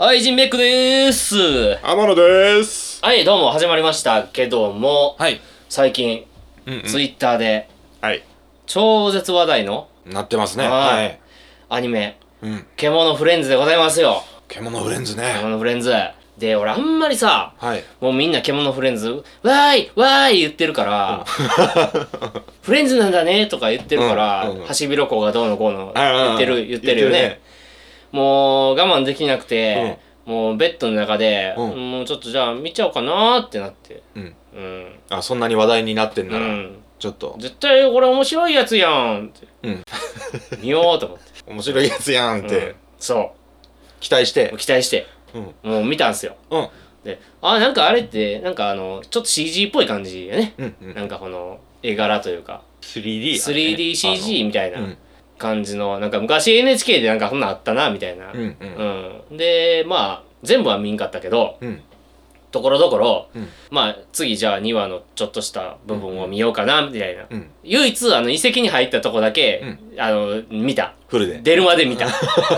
はい、ジンベックでーす。 天野です。 はい、どうも始まりましたけども、 はい。 最近、ツイッターで、 はい。 超絶話題の、 なってますね。 はい。アニメ、 うん。 獣フレンズでございますよ。 獣フレンズね。 獣フレンズ。で、俺あんまりさ、 はい。 もうみんな獣フレンズ、わーいわーい言ってるから、フレンズなんだねとか言ってるから、ハシビロコウがどうのこうの言ってるよね。もう我慢できなくて、もうベッドの中で、もうちょっとじゃあ見ちゃおうかなーってなって。 あ、そんなに話題になってんなら、ちょっと。 絶対これ面白いやつやんって。見ようと思って。 面白いやつやんって。 そう。 期待して。 もう見たんすよ。で、なんかあれって、なんかちょっと CG っぽい感じやね。なんかこの絵柄というか。3DCG みたいな。感じのなんか昔 NHK でなんかそんなんあったなみたいな、でまあ全部は見んかったけど、ところどころ、まあ次じゃあ2話のちょっとした部分を見ようかなみたいな、唯一遺跡に入ったとこだけ、見たフルで出るまで見た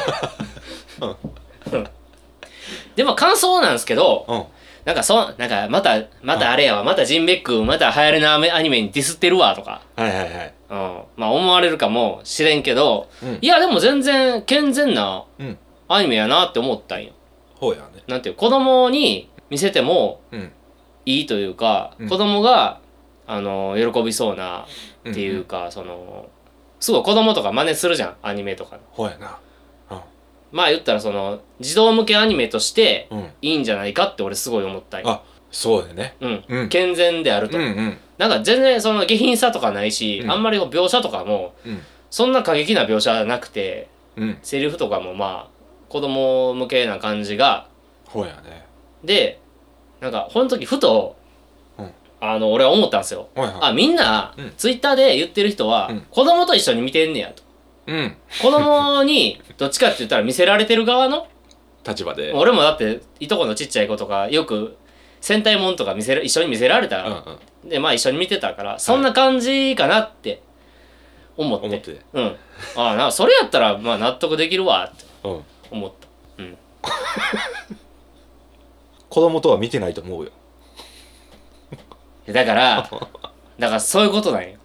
でも感想なんですけど、なんかまたあれやわ、またジンベックまた流行りのアニメにディスってるわとか、まあ思われるかもしれんけど、いやでも全然健全なアニメやなって思ったんよ。 ほうやね。 なんていう子供に見せてもいいというか、子供が喜びそうなっていうか、すごい子供とか真似するじゃん、アニメとか。 ほうやな。 まあ言ったら児童向けアニメとしていいんじゃないかって俺すごい思ったんよ。 あ、そうやね。 健全であると。なんか全然下品さとかないし、あんまり描写とかもそんな過激な描写なくて、セリフとかもまあ子供向けな感じが。 ほうやね。 でなんかこの時ふと俺は思ったんですよ。みんなツイッターで言ってる人は子供と一緒に見てんねやと。子供にどっちかって言ったら見せられてる側の立場で。 俺もだっていとこのちっちゃい子とかよく戦隊もんとか一緒に見せられた、でまあ一緒に見てたから、そんな感じかなって思って、なんかそれやったらまあ納得できるわって思った。 子供とは見てないと思うよ。 だからそういうことなんよ。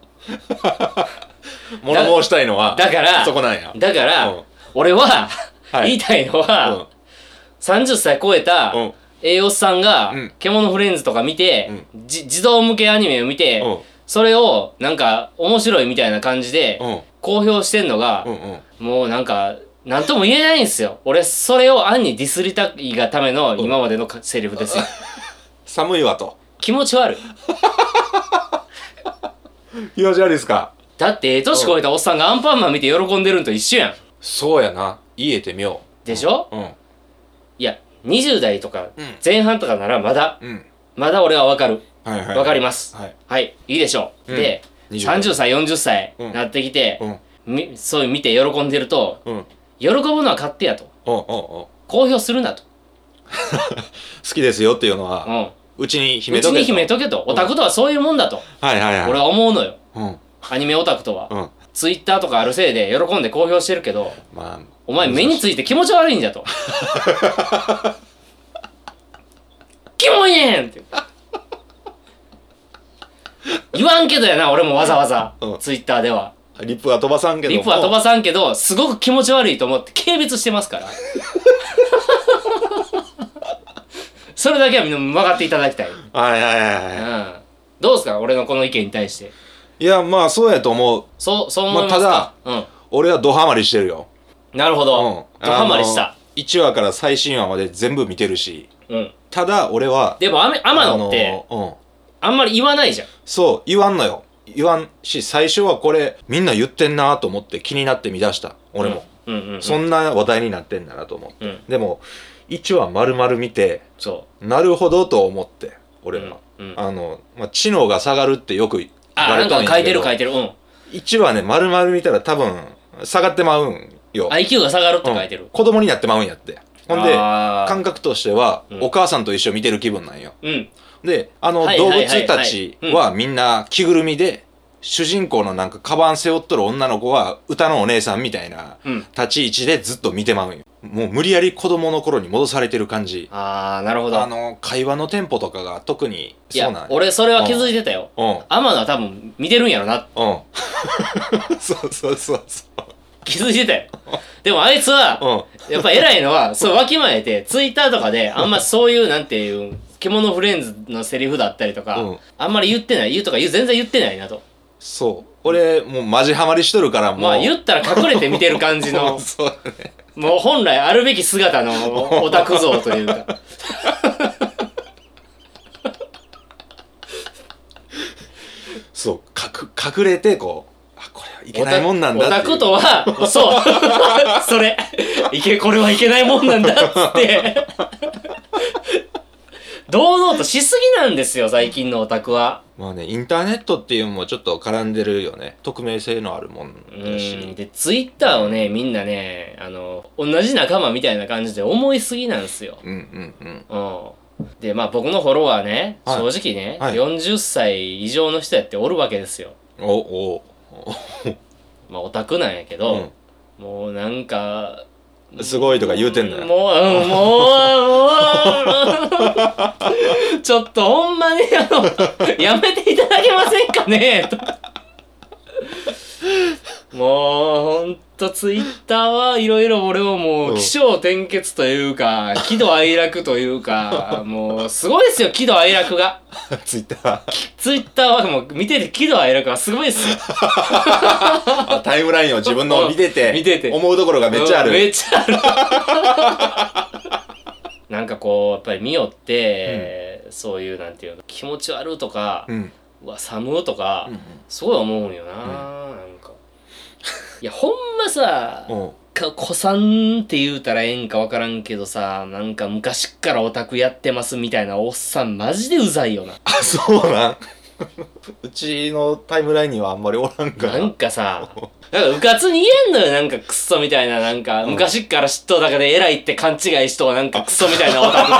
物申したいのはそこなんや。 だから俺は言いたいのは、30歳超えた栄養士さんが獣フレンズとか見て、児童向けアニメを見て、それをなんか面白いみたいな感じで公表してんのが、もうなんかなんとも言えないんですよ。俺それを暗にディスりたいがための今までのセリフですよ。 寒いわと。 気持ち悪い。 気持ち悪いですか。 だって年越えたおっさんがアンパンマン見て喜んでるんと一緒やん。 そうやな。言えてみよう。でしょ？いや20代とか前半とかならまだ俺は分かる。分かります。はい、いいでしょう。で30歳40歳なってきて、そういう見て喜んでると、喜ぶのは勝手やと。公表するなと。 好きですよっていうのはうちに秘めとけと。 うちに秘めとけと。オタクとはそういうもんだと俺は思うのよ。アニメオタクとは。ツイッターとかあるせいで喜んで公表してるけど、お前目について気持ち悪いんじゃと。キモいねんって言わんけどやな、俺もわざわざツイッターではリップは飛ばさんけど、 リップは飛ばさんけどすごく気持ち悪いと思って軽蔑してますからそれだけはみんな分かっていただきたい。どうですか、俺のこの意見に対して。 いやまあそうやと思う。 そう思いますか。 ただ俺はドハマりしてるよ。 なるほど。ドハマりした。 1話から最新話まで全部見てるし、ただ俺はでも天野ってあんまり言わないじゃん。 そう言わんのよ。言わんし、最初はこれみんな言ってんなと思って気になって見出した俺も。そんな話題になってんだなと思って、でも1話丸々見て、なるほどと思って俺は、知能が下がるってよく言われたんやけど、書いてる。1話ね丸々見たら多分下がってまうんよ。 IQ が下がるって書いてる。 子供になってまうんやって。ほんで感覚としてはお母さんと一緒見てる気分なんよ。で動物たちはみんな着ぐるみで主人公のなんかカバン背負っとる女の子は歌のお姉さんみたいな立ち位置でずっと見てまうんよ。もう無理やり子供の頃に戻されてる感じ。 ああ、なるほど。 会話のテンポとかが特にそうなんや。 俺それは気づいてたよ。天野は多分見てるんやろな。 そうそうそうそう。 気づいてたよ。でもあいつは、やっぱ偉いのは、そうわきまえて、ツイッターとかであんまそういうなんていう、獣フレンズのセリフだったりとか、あんまり言ってない、全然言ってないなと。 そう。俺、もうマジハマりしとるからもう。 まあ言ったら隠れて見てる感じの、 そうだね。 もう本来あるべき姿のオタク像というか。 そう、隠れてこう、これはいけないもんなんだってオタクとは、そう。それ。これはいけないもんなんだっつって。堂々としすぎなんですよ、最近のオタクは。 まあね、インターネットっていうのもちょっと絡んでるよね。匿名性のあるもんだし。 で、ツイッターをね、みんなね、同じ仲間みたいな感じで思いすぎなんですよ。で、まあ僕のフォロワーね、正直ね、40歳以上の人やっておるわけですよ。まあオタクなんやけど、もうなんか、 すごいとか言うてんだよ。 もう、ちょっとほんまにやめていただけませんかねと。もうほんとツイッターはいろいろ俺はもう起承転結というか、喜怒哀楽というか、もうすごいですよ、喜怒哀楽が。 ツイッターはもう見てて喜怒哀楽がすごいですよ。 タイムラインを自分の見てて思うところがめっちゃある。 めっちゃある。なんかこうやっぱり見よって、そういうなんていうの気持ち悪とか、うわ寒とか、すごい思うんよな、なんか。いやほんまさ、子さんって言うたらええんかわからんけどさ、なんか昔っからオタクやってますみたいなおっさんマジでうざいよな。 あ、そうなん。うちのタイムラインにはあんまりおらんから。 なんかさ、なんかうかつに言えんのよ、なんかクソみたいな、なんか昔っから嫉妬だけで偉いって勘違いしとはなんかクソみたいなオタ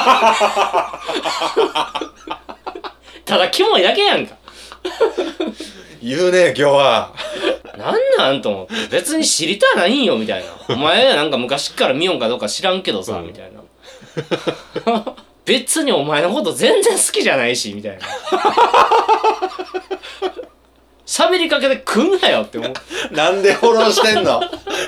ク。ただキモいだけやんか。 言うね、今日は。 なんと思って。別に知りたないんよ、みたいな。お前なんか昔っから見よんかどうか知らんけどさ、みたいな。別にお前のこと全然好きじゃないし、みたいな。喋りかけてくんなよって思う。 なんでフォローしてんの？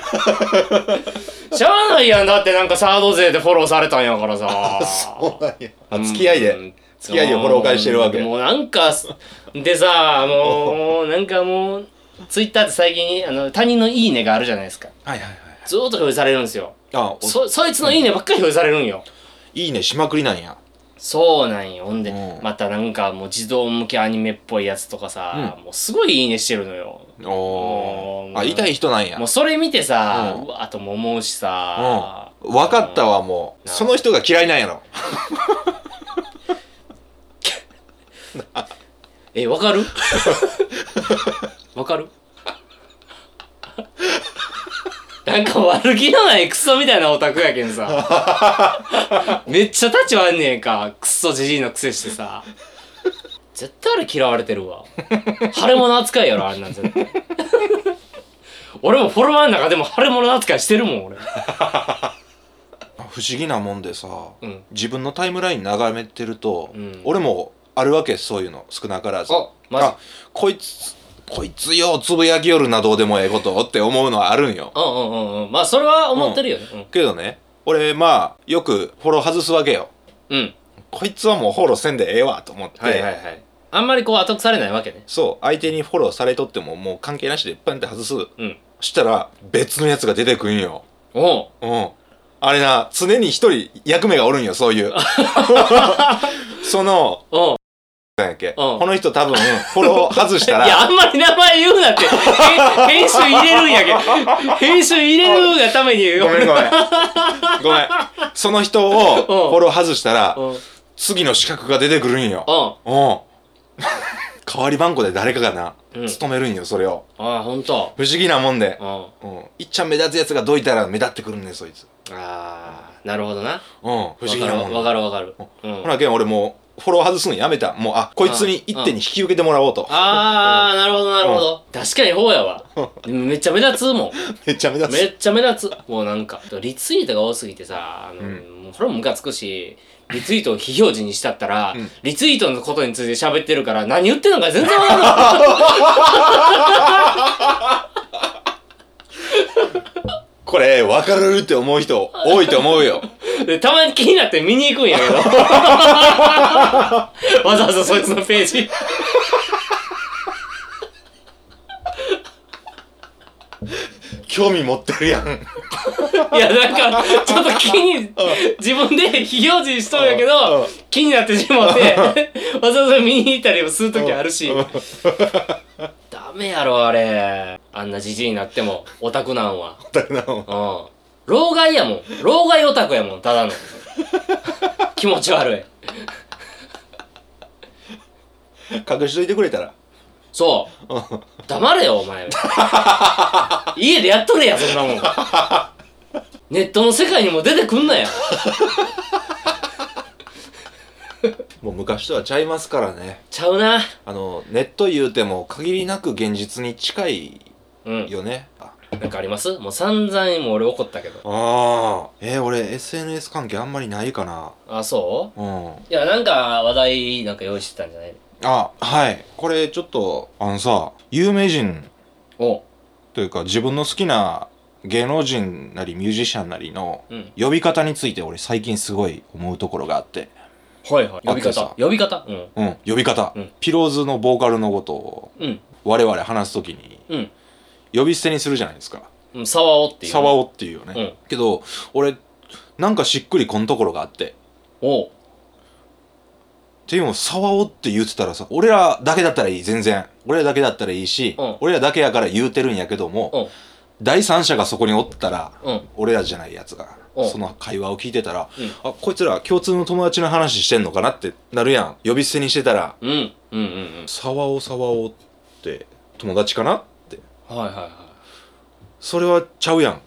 しゃあないやん。だってなんかサード勢でフォローされたんやからさ。 そうなんや。付き合いでフォロー返してるわけ。 もうなんか、でさ、もう、なんかもう、ツイッターって最近、他人のいいねがあるじゃないですか。ずーっと表示されるんですよ。そいつのいいねばっかり表示されるんよ。 いいねしまくりなんや。 そうなんよ。ほんで、またなんかもう児童向けアニメっぽいやつとかさ、もうすごいいいねしてるのよ。 痛い人なんや。 もうそれ見てさ、うわーとも思うしさ。 わかったわ、もう。その人が嫌いなんやろ。 わかる？わかる？なんか悪気のないクソみたいなオタクやけんさ。めっちゃ立ち悪んねんか。クソジジイのくせしてさ。絶対あれ嫌われてるわ。腫れ物扱いやろ、あれなん絶対。俺もフォロワーの中でも腫れ物扱いしてるもん、俺。 不思議なもんでさ、自分のタイムライン眺めてると、俺もあるわけ、そういうの少なからず。こいつようつぶやきよるな、どうでもええことって思うのはあるんよ。 まあそれは思ってるよね。 けどね、俺まあよくフォロー外すわけよ。こいつはもうフォローせんでええわと思って。 あんまりこう後されないわけね。 そう、相手にフォローされとってももう関係なしでパンって外す。したら別のやつが出てくんよ。あれな、常に一人役目がおるんよ、そういう。その、なんやっけ、この人多分フォロー外したら。 いや、あんまり名前言うなって。編集入れるんやけど。編集入れるがために。 ごめん。その人をフォロー外したら、次の資格が出てくるんよ。代わり番号で誰かがな、務めるんよ、それを。 ほんと。 不思議なもんで。いっちゃん目立つやつがどいたら目立ってくるねん、そいつ。 なるほどな。 不思議なもん。 わかる。 ほらけん、俺もフォロー外すのやめた。もうこいつに一手に引き受けてもらおうと。 なるほどなるほど、確かにほうやわ。めっちゃ目立つもん。 めっちゃ目立つ。 めっちゃ目立つ。もうなんかリツイートが多すぎてさ、もうこれもムカつくし、リツイートを非表示にしたったら、リツイートのことについて喋ってるから何言ってんのか全然わかんないこれ分かるって思う人多いと思うよ。 でたまに気になって見に行くんやけどわざわざそいつのページ興味持ってるやん。 いやなんかちょっと自分で非表示しとるんやけど気になってしまってわざわざ見に行ったりもするときあるしダメやろあれ。あんなじじいになってもオタクなんは。 オタクなんは。 老害やもん。老害オタクやもん、ただの。気持ち悪い。隠しといてくれたら。 そう。黙れよ、お前。家でやっとれや、そんなもん。ネットの世界にも出てくんなや。 もう昔とはちゃいますからね。 ちゃうな。 ネット言うても限りなく現実に近いよね。 なんかあります？もう散々もう俺怒ったけど。 俺 SNS 関係あんまりないかな。 そう？いや、なんか話題なんか用意してたんじゃない？ はい。これちょっと、有名人というか自分の好きな芸能人なりミュージシャンなりの呼び方について俺最近すごい思うところがあって。 はいはい。呼び方呼び方呼び方。ピローズのボーカルのことを我々話すときに呼び捨てにするじゃないですか。 沢尾っていう。 沢尾っていうよね。けど俺なんかしっくりこんところがあって。っていうのも沢尾って言ってたらさ、俺らだけだったらいい。全然俺らだけだったらいいし、俺らだけやから言うてるんやけども、第三者がそこにおったら、俺らじゃないやつがその会話を聞いてたら、こいつら共通の友達の話してんのかなってなるやん。呼び捨てにしてたら、沢尾沢尾って友達かなって。それはちゃうやん。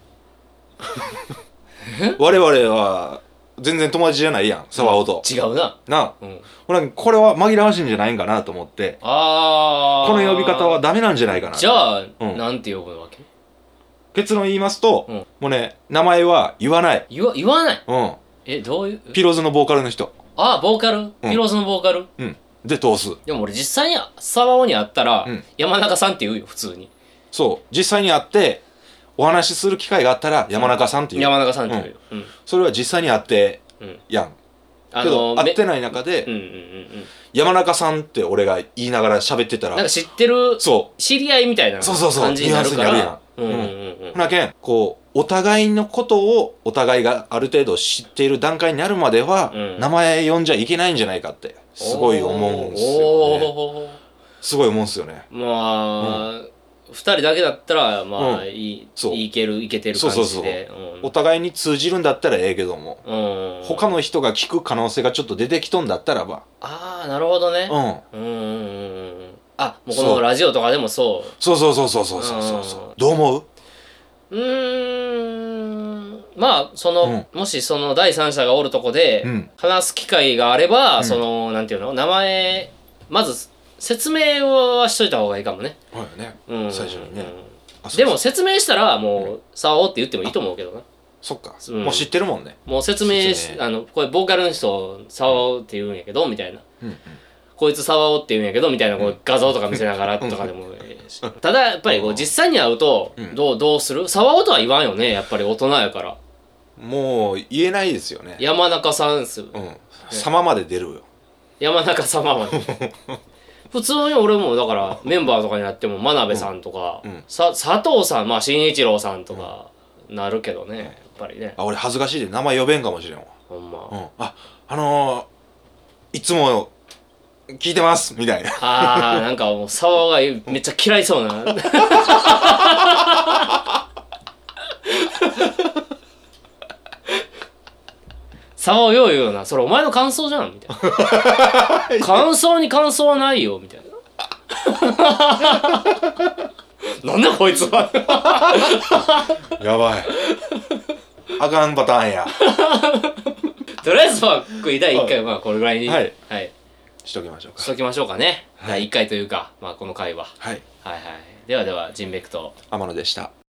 我々は全然友達じゃないやん、沢尾と。 違うな。 これは紛らわしいんじゃないんかなと思って、この呼び方はダメなんじゃないかな。 じゃあ、なんて呼ぶわけ？ 結論言いますと、もうね、名前は言わない。 言わない？どういう？ ピローズのボーカルの人。 ボーカル？ピローズのボーカル？ で通す。 でも俺実際に沢尾に会ったら、山中さんって言うよ、普通に。 そう、実際に会ってお話しする機会があったら山中さんって言う。 山中さんって言うよ。 それは実際に会ってやん。けど会ってない中で山中さんって俺が言いながら喋ってたら、 なんか知ってる知り合いみたいな感じになるから。 ほなけんこうお互いのことをお互いがある程度知っている段階になるまでは名前呼んじゃいけないんじゃないかってすごい思うんですよね。すごい思うんですよね。 2人だけだったらいけてる感じで、 お互いに通じるんだったらええけども、他の人が聞く可能性がちょっと出てきとんだったらば、 なるほどね。もうこのラジオとかでもそう。 そうどう思う？ もしその第三者がおるとこで話す機会があれば、なんていうの、名前まず説明はしといた方がいいかもね。最初にね。でも説明したらもう沢尾って言ってもいいと思うけどな。 そっか、もう知ってるもんね。 もう説明これボーカルの人沢尾って言うんやけどみたいな、こいつ沢尾って言うんやけどみたいな画像とか見せながらとかでもただやっぱり実際に会うとどうする？沢尾とは言わんよね、やっぱり大人やから。 もう言えないですよね。 山中さんっすよ。 様まで出るよ。 山中様まで。普通に俺もだからメンバーとかになっても真鍋さんとか、佐藤さん、慎一郎さんとかなるけどね、やっぱりね。 俺恥ずかしいで名前呼べんかもしれんわ。 ほんま。 いつも聞いてますみたいな。 なんかもう沢がめっちゃ嫌いそうな。沢をよう言うよな、それお前の感想じゃんみたいな。感想に感想はないよみたいな。なんだこいつは。 やばい。あかんパターンや。 とりあえずは第1回はこれぐらいに。はい。 しときましょうか。 しときましょうかね。第1回というか、まあこの回は。はい。はいはい。ではでは、ジンベクと天野でした。